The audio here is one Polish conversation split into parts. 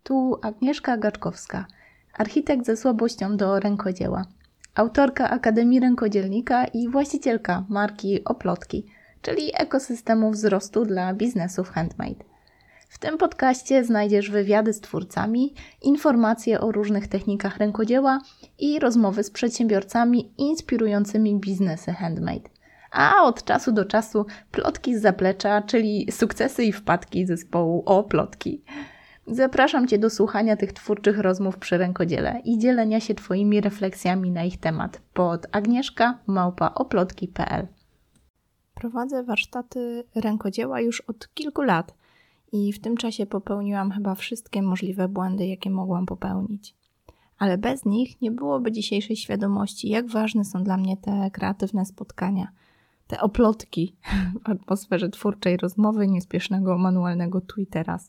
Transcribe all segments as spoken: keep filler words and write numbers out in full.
Tu Agnieszka Gaczkowska, architekt ze słabością do rękodzieła, autorka Akademii Rękodzielnika i właścicielka marki Oplotki, czyli ekosystemu wzrostu dla biznesów handmade. W tym podcaście znajdziesz wywiady z twórcami, informacje o różnych technikach rękodzieła i rozmowy z przedsiębiorcami inspirującymi biznesy handmade. A od czasu do czasu plotki z zaplecza, czyli sukcesy i wpadki zespołu Oplotki. Zapraszam Cię do słuchania tych twórczych rozmów przy rękodziele i dzielenia się Twoimi refleksjami na ich temat pod agnieszka małpa oplotki kropka p l. Prowadzę warsztaty rękodzieła już od kilku lat i w tym czasie popełniłam chyba wszystkie możliwe błędy, jakie mogłam popełnić. Ale bez nich nie byłoby dzisiejszej świadomości, jak ważne są dla mnie te kreatywne spotkania, te oplotki w atmosferze twórczej rozmowy, niespiesznego manualnego tu i teraz.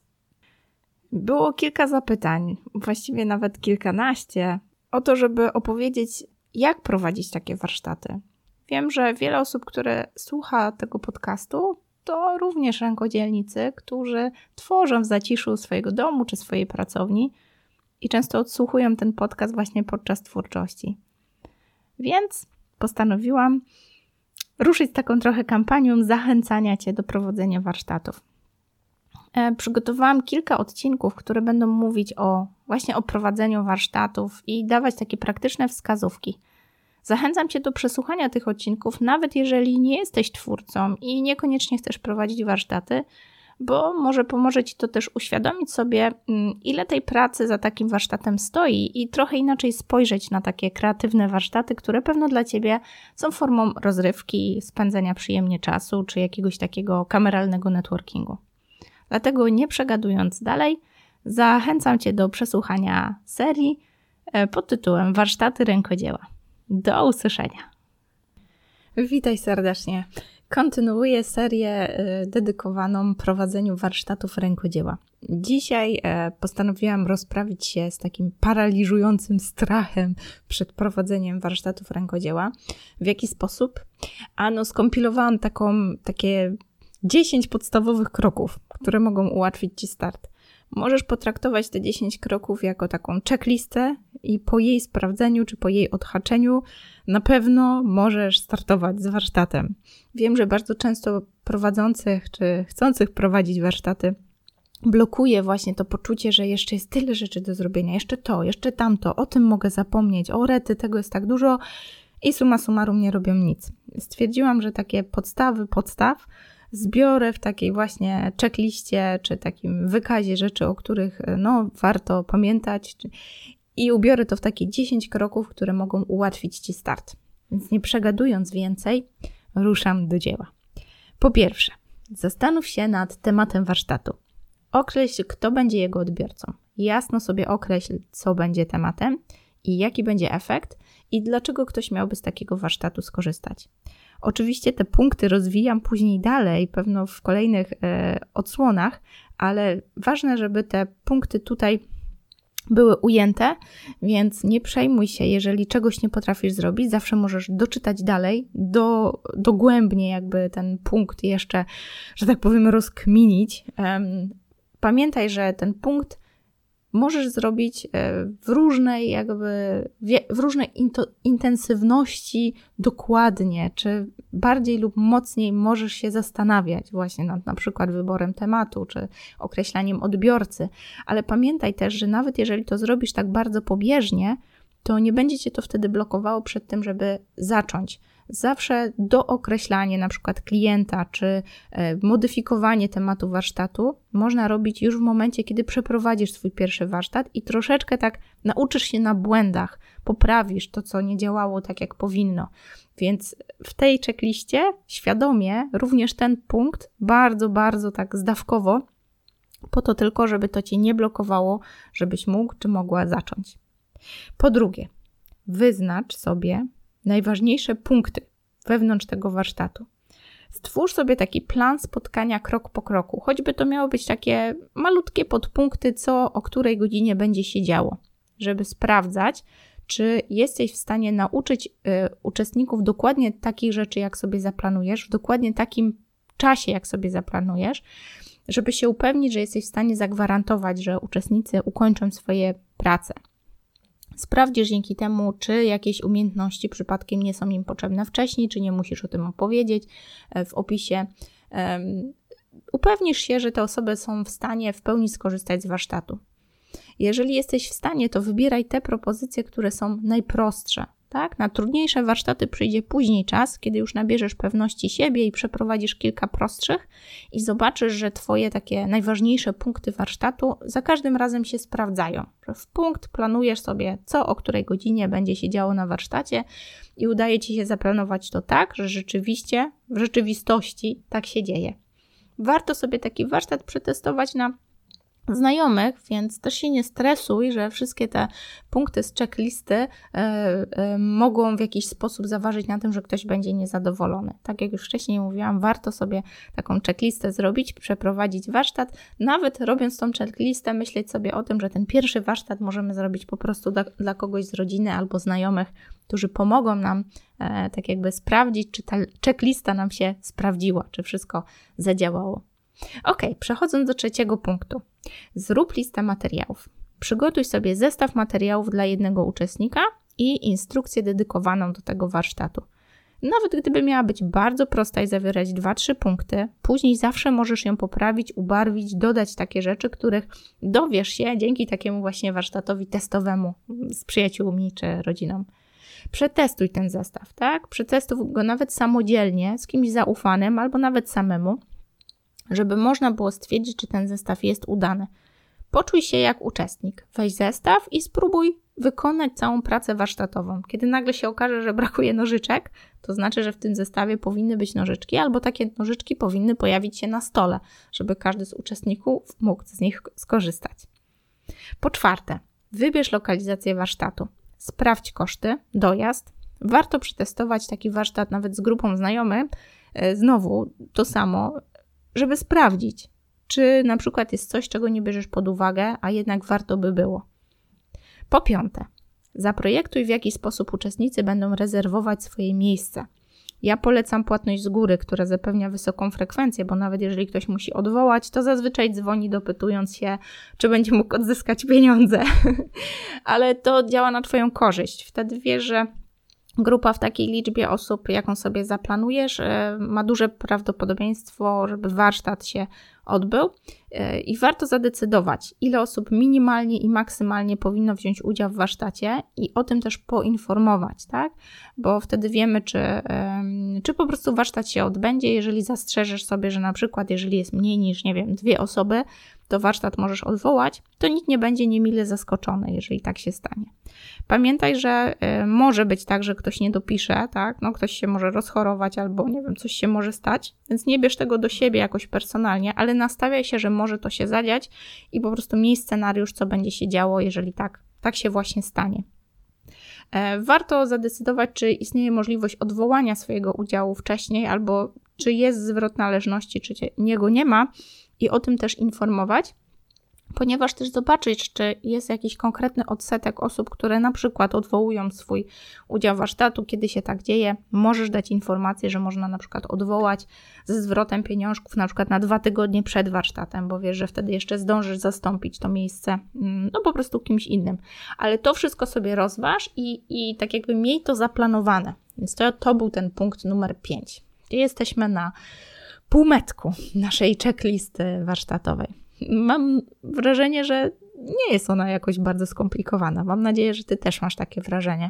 Było kilka zapytań, właściwie nawet kilkanaście, o to, żeby opowiedzieć, jak prowadzić takie warsztaty. Wiem, że wiele osób, które słucha tego podcastu, to również rękodzielnicy, którzy tworzą w zaciszu swojego domu czy swojej pracowni i często odsłuchują ten podcast właśnie podczas twórczości. Więc postanowiłam ruszyć taką trochę kampanią zachęcania Cię do prowadzenia warsztatów. E, przygotowałam kilka odcinków, które będą mówić o właśnie o prowadzeniu warsztatów i dawać takie praktyczne wskazówki. Zachęcam Cię do przesłuchania tych odcinków, nawet jeżeli nie jesteś twórcą i niekoniecznie chcesz prowadzić warsztaty, bo może pomoże Ci to też uświadomić sobie, ile tej pracy za takim warsztatem stoi i trochę inaczej spojrzeć na takie kreatywne warsztaty, które pewno dla Ciebie są formą rozrywki, spędzenia przyjemnie czasu czy jakiegoś takiego kameralnego networkingu. Dlatego nie przegadując dalej, zachęcam Cię do przesłuchania serii pod tytułem Warsztaty rękodzieła. Do usłyszenia. Witaj serdecznie. Kontynuuję serię dedykowaną prowadzeniu warsztatów rękodzieła. Dzisiaj postanowiłam rozprawić się z takim paraliżującym strachem przed prowadzeniem warsztatów rękodzieła. W jaki sposób? Ano, skompilowałam taką, takie dziesięć podstawowych kroków, które mogą ułatwić Ci start. Możesz potraktować te dziesięć kroków jako taką checklistę i po jej sprawdzeniu czy po jej odhaczeniu na pewno możesz startować z warsztatem. Wiem, że bardzo często prowadzących czy chcących prowadzić warsztaty blokuje właśnie to poczucie, że jeszcze jest tyle rzeczy do zrobienia, jeszcze to, jeszcze tamto, o tym mogę zapomnieć, o rety, tego jest tak dużo i summa summarum nie robią nic. Stwierdziłam, że takie podstawy podstaw zbiorę w takiej właśnie checkliście, czy takim wykazie rzeczy, o których no, warto pamiętać czy, i ubiorę to w takie dziesięć kroków, które mogą ułatwić Ci start. Więc nie przegadując więcej, ruszam do dzieła. Po pierwsze, zastanów się nad tematem warsztatu. Określ, kto będzie jego odbiorcą. Jasno sobie określ, co będzie tematem i jaki będzie efekt i dlaczego ktoś miałby z takiego warsztatu skorzystać. Oczywiście te punkty rozwijam później dalej, pewno w kolejnych e, odsłonach, ale ważne, żeby te punkty tutaj były ujęte, więc nie przejmuj się, jeżeli czegoś nie potrafisz zrobić, zawsze możesz doczytać dalej, do, dogłębnie jakby ten punkt jeszcze, że tak powiem, rozkminić. Um, pamiętaj, że ten punkt możesz zrobić w różnej jakby, w różnej into, intensywności dokładnie, czy bardziej lub mocniej możesz się zastanawiać właśnie nad na przykład wyborem tematu, czy określaniem odbiorcy, ale pamiętaj też, że nawet jeżeli to zrobisz tak bardzo pobieżnie, to nie będzie Cię to wtedy blokowało przed tym, żeby zacząć. Zawsze dookreślanie na przykład klienta, czy modyfikowanie tematu warsztatu można robić już w momencie, kiedy przeprowadzisz swój pierwszy warsztat i troszeczkę tak nauczysz się na błędach, poprawisz to, co nie działało tak, jak powinno. Więc w tej checkliście świadomie również ten punkt bardzo, bardzo tak zdawkowo, po to tylko, żeby to Cię nie blokowało, żebyś mógł czy mogła zacząć. Po drugie, wyznacz sobie najważniejsze punkty wewnątrz tego warsztatu. Stwórz sobie taki plan spotkania krok po kroku, choćby to miało być takie malutkie podpunkty, co o której godzinie będzie się działo, żeby sprawdzać, czy jesteś w stanie nauczyć y, uczestników dokładnie takich rzeczy, jak sobie zaplanujesz, w dokładnie takim czasie, jak sobie zaplanujesz, żeby się upewnić, że jesteś w stanie zagwarantować, że uczestnicy ukończą swoje prace. Sprawdzisz dzięki temu, czy jakieś umiejętności przypadkiem nie są im potrzebne wcześniej, czy nie musisz o tym opowiedzieć w opisie. Um, upewnisz się, że te osoby są w stanie w pełni skorzystać z warsztatu. Jeżeli jesteś w stanie, to wybieraj te propozycje, które są najprostsze. Tak? Na trudniejsze warsztaty przyjdzie później czas, kiedy już nabierzesz pewności siebie i przeprowadzisz kilka prostszych i zobaczysz, że twoje takie najważniejsze punkty warsztatu za każdym razem się sprawdzają. Że w punkt planujesz sobie, co o której godzinie będzie się działo na warsztacie i udaje ci się zaplanować to tak, że rzeczywiście, w rzeczywistości tak się dzieje. Warto sobie taki warsztat przetestować na znajomych, więc też się nie stresuj, że wszystkie te punkty z checklisty y, y, mogą w jakiś sposób zaważyć na tym, że ktoś będzie niezadowolony. Tak jak już wcześniej mówiłam, warto sobie taką checklistę zrobić, przeprowadzić warsztat. Nawet robiąc tą checklistę, myśleć sobie o tym, że ten pierwszy warsztat możemy zrobić po prostu dla, dla kogoś z rodziny albo znajomych, którzy pomogą nam e, tak jakby sprawdzić, czy ta checklista nam się sprawdziła, czy wszystko zadziałało. Ok, przechodząc do trzeciego punktu. Zrób listę materiałów. Przygotuj sobie zestaw materiałów dla jednego uczestnika i instrukcję dedykowaną do tego warsztatu. Nawet gdyby miała być bardzo prosta i zawierać dwa trzy punkty, później zawsze możesz ją poprawić, ubarwić, dodać takie rzeczy, których dowiesz się dzięki takiemu właśnie warsztatowi testowemu z przyjaciółmi czy rodziną. Przetestuj ten zestaw, tak? Przetestuj go nawet samodzielnie, z kimś zaufanym albo nawet samemu, żeby można było stwierdzić, czy ten zestaw jest udany. Poczuj się jak uczestnik. Weź zestaw i spróbuj wykonać całą pracę warsztatową. Kiedy nagle się okaże, że brakuje nożyczek, to znaczy, że w tym zestawie powinny być nożyczki, albo takie nożyczki powinny pojawić się na stole, żeby każdy z uczestników mógł z nich skorzystać. Po czwarte, wybierz lokalizację warsztatu. Sprawdź koszty, dojazd. Warto przetestować taki warsztat nawet z grupą znajomych. Znowu to samo, żeby sprawdzić, czy na przykład jest coś, czego nie bierzesz pod uwagę, a jednak warto by było. Po piąte, zaprojektuj, w jaki sposób uczestnicy będą rezerwować swoje miejsce. Ja polecam płatność z góry, która zapewnia wysoką frekwencję, bo nawet jeżeli ktoś musi odwołać, to zazwyczaj dzwoni dopytując się, czy będzie mógł odzyskać pieniądze. Ale to działa na twoją korzyść. Wtedy wiesz, że grupa w takiej liczbie osób, jaką sobie zaplanujesz, ma duże prawdopodobieństwo, żeby warsztat się odbył i warto zadecydować, ile osób minimalnie i maksymalnie powinno wziąć udział w warsztacie i o tym też poinformować, tak? Bo wtedy wiemy, czy, czy po prostu warsztat się odbędzie, jeżeli zastrzeżesz sobie, że na przykład jeżeli jest mniej niż, nie wiem, dwie osoby, to warsztat możesz odwołać, to nikt nie będzie niemile zaskoczony, jeżeli tak się stanie. Pamiętaj, że y, może być tak, że ktoś nie dopisze, tak? No, ktoś się może rozchorować albo, nie wiem, coś się może stać, więc nie bierz tego do siebie jakoś personalnie, ale nastawiaj się, że może to się zadziać i po prostu miej scenariusz, co będzie się działo, jeżeli tak, tak się właśnie stanie. E, warto zadecydować, czy istnieje możliwość odwołania swojego udziału wcześniej, albo czy jest zwrot należności, czy niego nie ma i o tym też informować, ponieważ też zobaczyć, czy jest jakiś konkretny odsetek osób, które na przykład odwołują swój udział warsztatu. Kiedy się tak dzieje, możesz dać informację, że można na przykład odwołać ze zwrotem pieniążków na przykład na dwa tygodnie przed warsztatem, bo wiesz, że wtedy jeszcze zdążysz zastąpić to miejsce no po prostu kimś innym. Ale to wszystko sobie rozważ i, i tak jakby miej to zaplanowane. Więc to, to był ten punkt numer pięć. Jesteśmy na półmetku naszej checklisty warsztatowej. Mam wrażenie, że nie jest ona jakoś bardzo skomplikowana. Mam nadzieję, że ty też masz takie wrażenie.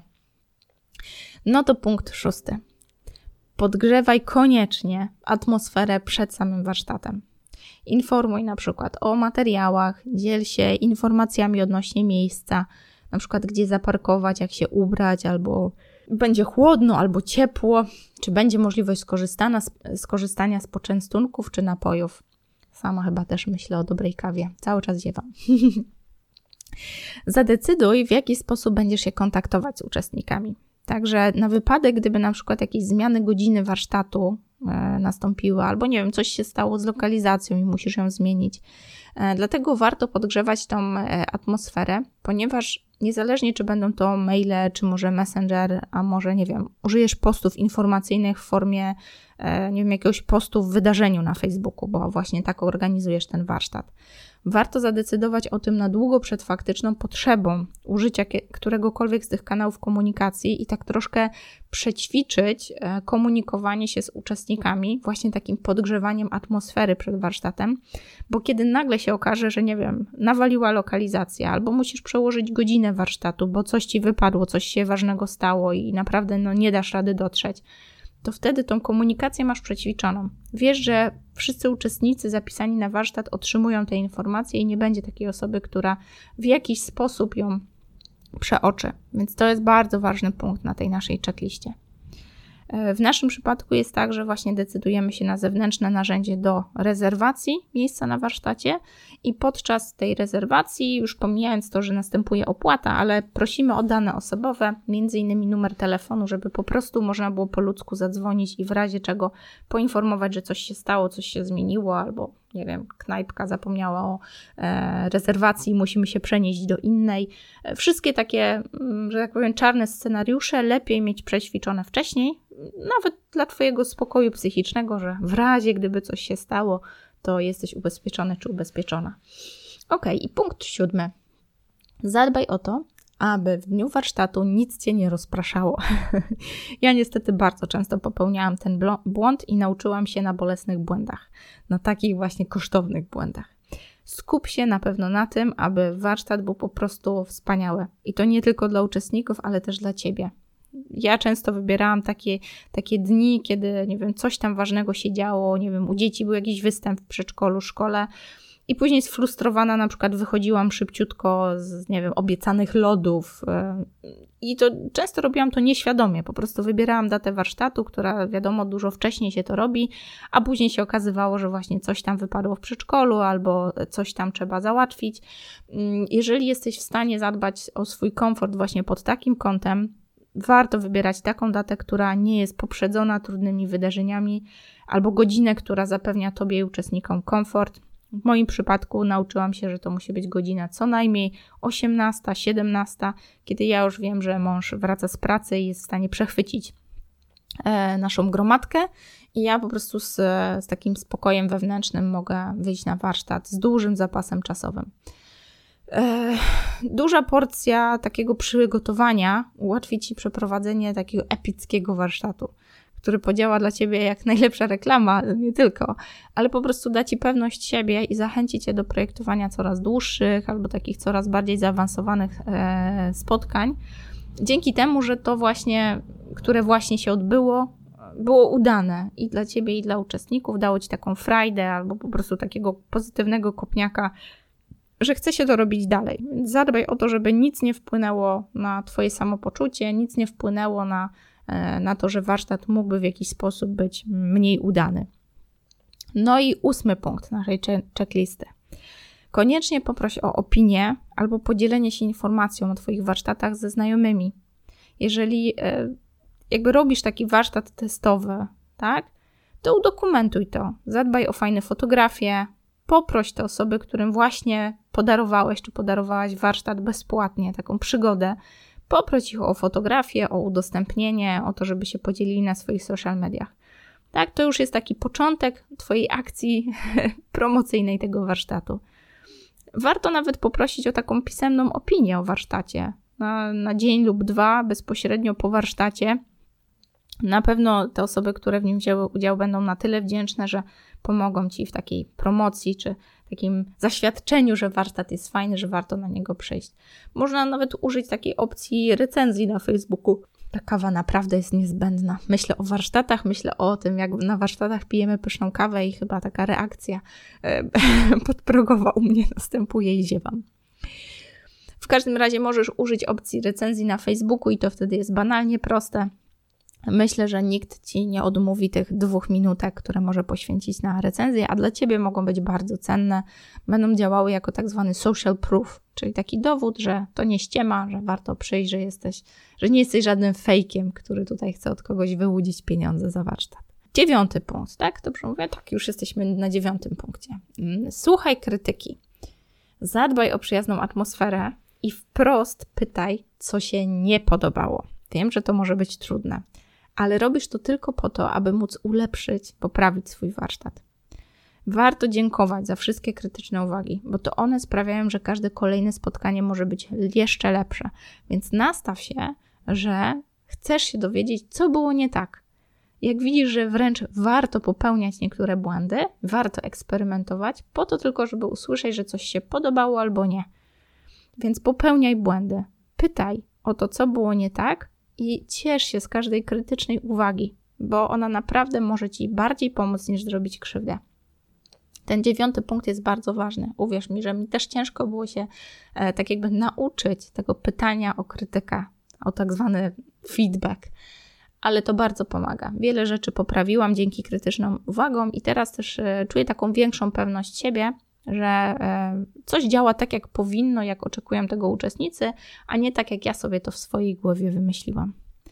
No to punkt szósty. Podgrzewaj koniecznie atmosferę przed samym warsztatem. Informuj na przykład o materiałach, dziel się informacjami odnośnie miejsca, na przykład gdzie zaparkować, jak się ubrać, albo będzie chłodno, albo ciepło, czy będzie możliwość skorzystania z, skorzystania z poczęstunków czy napojów. Sama chyba też myślę o dobrej kawie. Cały czas ziewam. Zadecyduj, w jaki sposób będziesz się kontaktować z uczestnikami. Także na wypadek, gdyby na przykład jakieś zmiany godziny warsztatu e, nastąpiły, albo nie wiem, coś się stało z lokalizacją i musisz ją zmienić. E, dlatego warto podgrzewać tą e, atmosferę, ponieważ niezależnie czy będą to maile, czy może Messenger, a może, nie wiem, użyjesz postów informacyjnych w formie, nie wiem, jakiegoś postu w wydarzeniu na Facebooku, bo właśnie tak organizujesz ten warsztat. Warto zadecydować o tym na długo przed faktyczną potrzebą użycia któregokolwiek z tych kanałów komunikacji i tak troszkę przećwiczyć komunikowanie się z uczestnikami, właśnie takim podgrzewaniem atmosfery przed warsztatem, bo kiedy nagle się okaże, że nie wiem, nawaliła lokalizacja, albo musisz przełożyć godzinę warsztatu, bo coś ci wypadło, coś się ważnego stało i naprawdę no, nie dasz rady dotrzeć, to wtedy tą komunikację masz przećwiczoną. Wiesz, że wszyscy uczestnicy zapisani na warsztat otrzymują te informacje i nie będzie takiej osoby, która w jakiś sposób ją przeoczy. Więc to jest bardzo ważny punkt na tej naszej checkliście. W naszym przypadku jest tak, że właśnie decydujemy się na zewnętrzne narzędzie do rezerwacji miejsca na warsztacie i podczas tej rezerwacji, już pomijając to, że następuje opłata, ale prosimy o dane osobowe, między innymi numer telefonu, żeby po prostu można było po ludzku zadzwonić i w razie czego poinformować, że coś się stało, coś się zmieniło, albo nie wiem, knajpka zapomniała o e, rezerwacji, musimy się przenieść do innej. Wszystkie takie, że tak powiem, czarne scenariusze lepiej mieć przećwiczone wcześniej, nawet dla twojego spokoju psychicznego, że w razie gdyby coś się stało, to jesteś ubezpieczony czy ubezpieczona. Ok, i punkt siódmy. Zadbaj o to, aby w dniu warsztatu nic cię nie rozpraszało. Ja niestety bardzo często popełniałam ten błąd i nauczyłam się na bolesnych błędach, na takich właśnie kosztownych błędach. Skup się na pewno na tym, aby warsztat był po prostu wspaniały. I to nie tylko dla uczestników, ale też dla ciebie. Ja często wybierałam takie, takie dni, kiedy, nie wiem, coś tam ważnego się działo, nie wiem, u dzieci był jakiś występ w przedszkolu, szkole i później sfrustrowana na przykład wychodziłam szybciutko z, nie wiem, obiecanych lodów i to często robiłam to nieświadomie, po prostu wybierałam datę warsztatu, która wiadomo dużo wcześniej się to robi, a później się okazywało, że właśnie coś tam wypadło w przedszkolu albo coś tam trzeba załatwić. Jeżeli jesteś w stanie zadbać o swój komfort właśnie pod takim kątem, warto wybierać taką datę, która nie jest poprzedzona trudnymi wydarzeniami albo godzinę, która zapewnia tobie i uczestnikom komfort. W moim przypadku nauczyłam się, że to musi być godzina co najmniej osiemnasta, siedemnasta, kiedy ja już wiem, że mąż wraca z pracy i jest w stanie przechwycić e, naszą gromadkę i ja po prostu z, z takim spokojem wewnętrznym mogę wyjść na warsztat z dużym zapasem czasowym. E, duża porcja takiego przygotowania ułatwi ci przeprowadzenie takiego epickiego warsztatu, który podziała dla ciebie jak najlepsza reklama, nie tylko, ale po prostu da ci pewność siebie i zachęci cię do projektowania coraz dłuższych albo takich coraz bardziej zaawansowanych e, spotkań. Dzięki temu, że to właśnie, które właśnie się odbyło, było udane i dla ciebie, i dla uczestników, dało ci taką frajdę albo po prostu takiego pozytywnego kopniaka, że chce się to robić dalej. Więc zadbaj o to, żeby nic nie wpłynęło na twoje samopoczucie, nic nie wpłynęło na na to, że warsztat mógłby w jakiś sposób być mniej udany. No i ósmy punkt naszej checklisty. Koniecznie poproś o opinię albo podzielenie się informacją o twoich warsztatach ze znajomymi. Jeżeli jakby robisz taki warsztat testowy, tak, to udokumentuj to. Zadbaj o fajne fotografie, poproś te osoby, którym właśnie podarowałeś czy podarowałaś warsztat bezpłatnie, taką przygodę. Poproś ich o fotografię, o udostępnienie, o to, żeby się podzielili na swoich social mediach. Tak, to już jest taki początek twojej akcji promocyjnej tego warsztatu. Warto nawet poprosić o taką pisemną opinię o warsztacie. Na, na dzień lub dwa bezpośrednio po warsztacie. Na pewno te osoby, które w nim wzięły udział, będą na tyle wdzięczne, że pomogą ci w takiej promocji czy takim zaświadczeniu, że warsztat jest fajny, że warto na niego przyjść. Można nawet użyć takiej opcji recenzji na Facebooku. Ta kawa naprawdę jest niezbędna. Myślę o warsztatach, myślę o tym, jak na warsztatach pijemy pyszną kawę i chyba taka reakcja e, podprogowa u mnie następuje i ziewam. W każdym razie możesz użyć opcji recenzji na Facebooku i to wtedy jest banalnie proste. Myślę, że nikt ci nie odmówi tych dwóch minutek, które może poświęcić na recenzję, a dla ciebie mogą być bardzo cenne. Będą działały jako tak zwany social proof, czyli taki dowód, że to nie ściema, że warto przyjść, że jesteś, że nie jesteś żadnym fejkiem, który tutaj chce od kogoś wyłudzić pieniądze za warsztat. Dziewiąty punkt, tak? Dobrze mówię? Tak, już jesteśmy na dziewiątym punkcie. Słuchaj krytyki. Zadbaj o przyjazną atmosferę i wprost pytaj, co się nie podobało. Wiem, że to może być trudne, ale robisz to tylko po to, aby móc ulepszyć, poprawić swój warsztat. Warto dziękować za wszystkie krytyczne uwagi, bo to one sprawiają, że każde kolejne spotkanie może być jeszcze lepsze. Więc nastaw się, że chcesz się dowiedzieć, co było nie tak. Jak widzisz, że wręcz warto popełniać niektóre błędy, warto eksperymentować, po to tylko, żeby usłyszeć, że coś się podobało albo nie. Więc popełniaj błędy, pytaj o to, co było nie tak i ciesz się z każdej krytycznej uwagi, bo ona naprawdę może Ci bardziej pomóc, niż zrobić krzywdę. Ten dziewiąty punkt jest bardzo ważny. Uwierz mi, że mi też ciężko było się e, tak jakby nauczyć tego pytania o krytykę, o tak zwany feedback. Ale to bardzo pomaga. Wiele rzeczy poprawiłam dzięki krytycznym uwagom i teraz też e, czuję taką większą pewność siebie, że e, coś działa tak, jak powinno, jak oczekują tego uczestnicy, a nie tak, jak ja sobie to w swojej głowie wymyśliłam.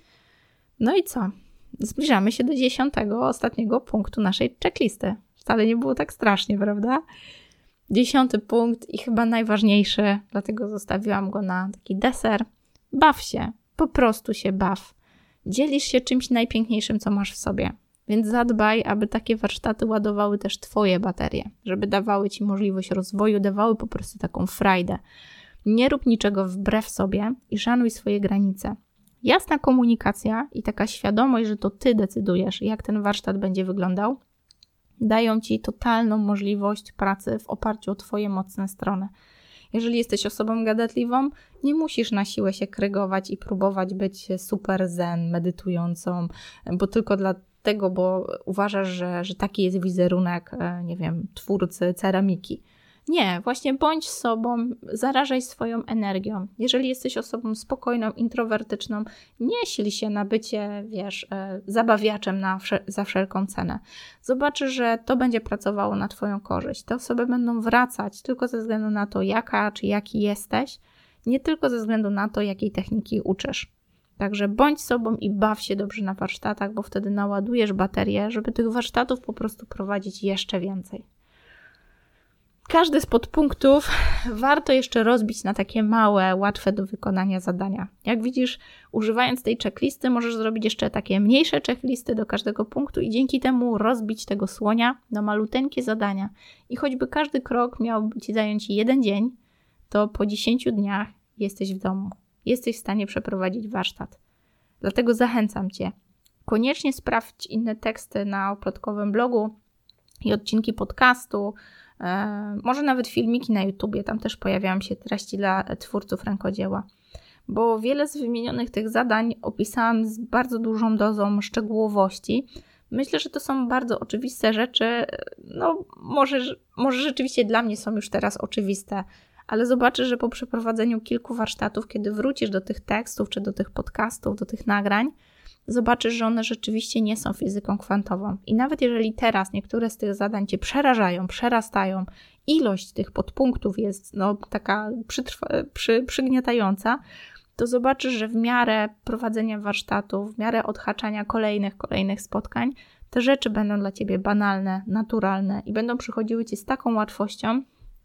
No i co? Zbliżamy się do dziesiątego, ostatniego punktu naszej checklisty. Wcale nie było tak strasznie, prawda? Dziesiąty punkt i chyba najważniejszy, dlatego zostawiłam go na taki deser. Baw się, po prostu się baw. Dzielisz się czymś najpiękniejszym, co masz w sobie. Więc zadbaj, aby takie warsztaty ładowały też Twoje baterie, żeby dawały Ci możliwość rozwoju, dawały po prostu taką frajdę. Nie rób niczego wbrew sobie i szanuj swoje granice. Jasna komunikacja i taka świadomość, że to Ty decydujesz, jak ten warsztat będzie wyglądał, dają Ci totalną możliwość pracy w oparciu o Twoje mocne strony. Jeżeli jesteś osobą gadatliwą, nie musisz na siłę się krygować i próbować być super zen, medytującą, bo tylko dlatego, bo uważasz, że, że taki jest wizerunek, nie wiem, twórcy ceramiki. Nie, właśnie bądź sobą, zarażaj swoją energią. Jeżeli jesteś osobą spokojną, introwertyczną, nie sil się na bycie, wiesz, zabawiaczem na wsze- za wszelką cenę. Zobaczysz, że to będzie pracowało na Twoją korzyść. Te osoby będą wracać tylko ze względu na to, jaka czy jaki jesteś, nie tylko ze względu na to, jakiej techniki uczysz. Także bądź sobą i baw się dobrze na warsztatach, bo wtedy naładujesz baterię, żeby tych warsztatów po prostu prowadzić jeszcze więcej. Każdy z podpunktów warto jeszcze rozbić na takie małe, łatwe do wykonania zadania. Jak widzisz, używając tej checklisty możesz zrobić jeszcze takie mniejsze checklisty do każdego punktu i dzięki temu rozbić tego słonia na maluteńkie zadania. I choćby każdy krok miał Ci zająć jeden dzień, to po dziesięciu dniach jesteś w domu. Jesteś w stanie przeprowadzić warsztat. Dlatego zachęcam Cię. Koniecznie sprawdź inne teksty na oplotkowym blogu i odcinki podcastu, może nawet filmiki na YouTubie, tam też pojawiają się treści dla twórców rękodzieła, bo wiele z wymienionych tych zadań opisałam z bardzo dużą dozą szczegółowości. Myślę, że to są bardzo oczywiste rzeczy, no może, może rzeczywiście dla mnie są już teraz oczywiste, ale zobaczysz, że po przeprowadzeniu kilku warsztatów, kiedy wrócisz do tych tekstów, czy do tych podcastów, do tych nagrań, zobaczysz, że one rzeczywiście nie są fizyką kwantową. I nawet jeżeli teraz niektóre z tych zadań Cię przerażają, przerastają, ilość tych podpunktów jest no, taka przytrwa- przy, przygniatająca, to zobaczysz, że w miarę prowadzenia warsztatów, w miarę odhaczania kolejnych, kolejnych spotkań, te rzeczy będą dla Ciebie banalne, naturalne i będą przychodziły Ci z taką łatwością,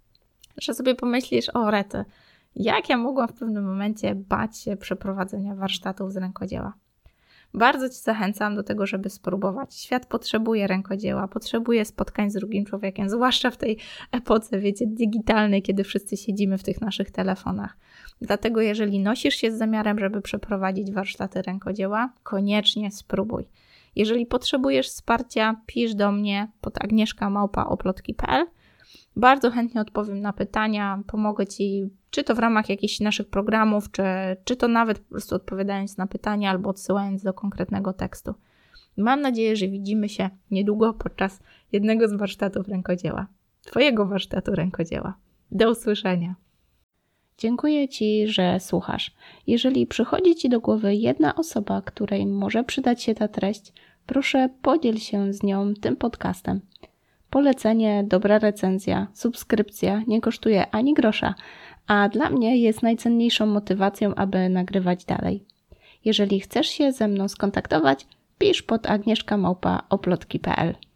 że sobie pomyślisz, o rety, jak ja mogłam w pewnym momencie bać się przeprowadzenia warsztatów z rękodzieła. Bardzo Ci zachęcam do tego, żeby spróbować. Świat potrzebuje rękodzieła, potrzebuje spotkań z drugim człowiekiem, zwłaszcza w tej epoce, wiecie, digitalnej, kiedy wszyscy siedzimy w tych naszych telefonach. Dlatego jeżeli nosisz się z zamiarem, żeby przeprowadzić warsztaty rękodzieła, koniecznie spróbuj. Jeżeli potrzebujesz wsparcia, pisz do mnie pod agnieszka małpa oplotki kropka p l. Bardzo chętnie odpowiem na pytania, pomogę Ci, czy to w ramach jakichś naszych programów, czy, czy to nawet po prostu odpowiadając na pytania albo odsyłając do konkretnego tekstu. Mam nadzieję, że widzimy się niedługo podczas jednego z warsztatów rękodzieła. Twojego warsztatu rękodzieła. Do usłyszenia. Dziękuję Ci, że słuchasz. Jeżeli przychodzi Ci do głowy jedna osoba, której może przydać się ta treść, proszę podziel się z nią tym podcastem. Polecenie, dobra recenzja, subskrypcja nie kosztuje ani grosza, a dla mnie jest najcenniejszą motywacją, aby nagrywać dalej. Jeżeli chcesz się ze mną skontaktować, pisz pod agnieszka małpa oplotki kropka p l.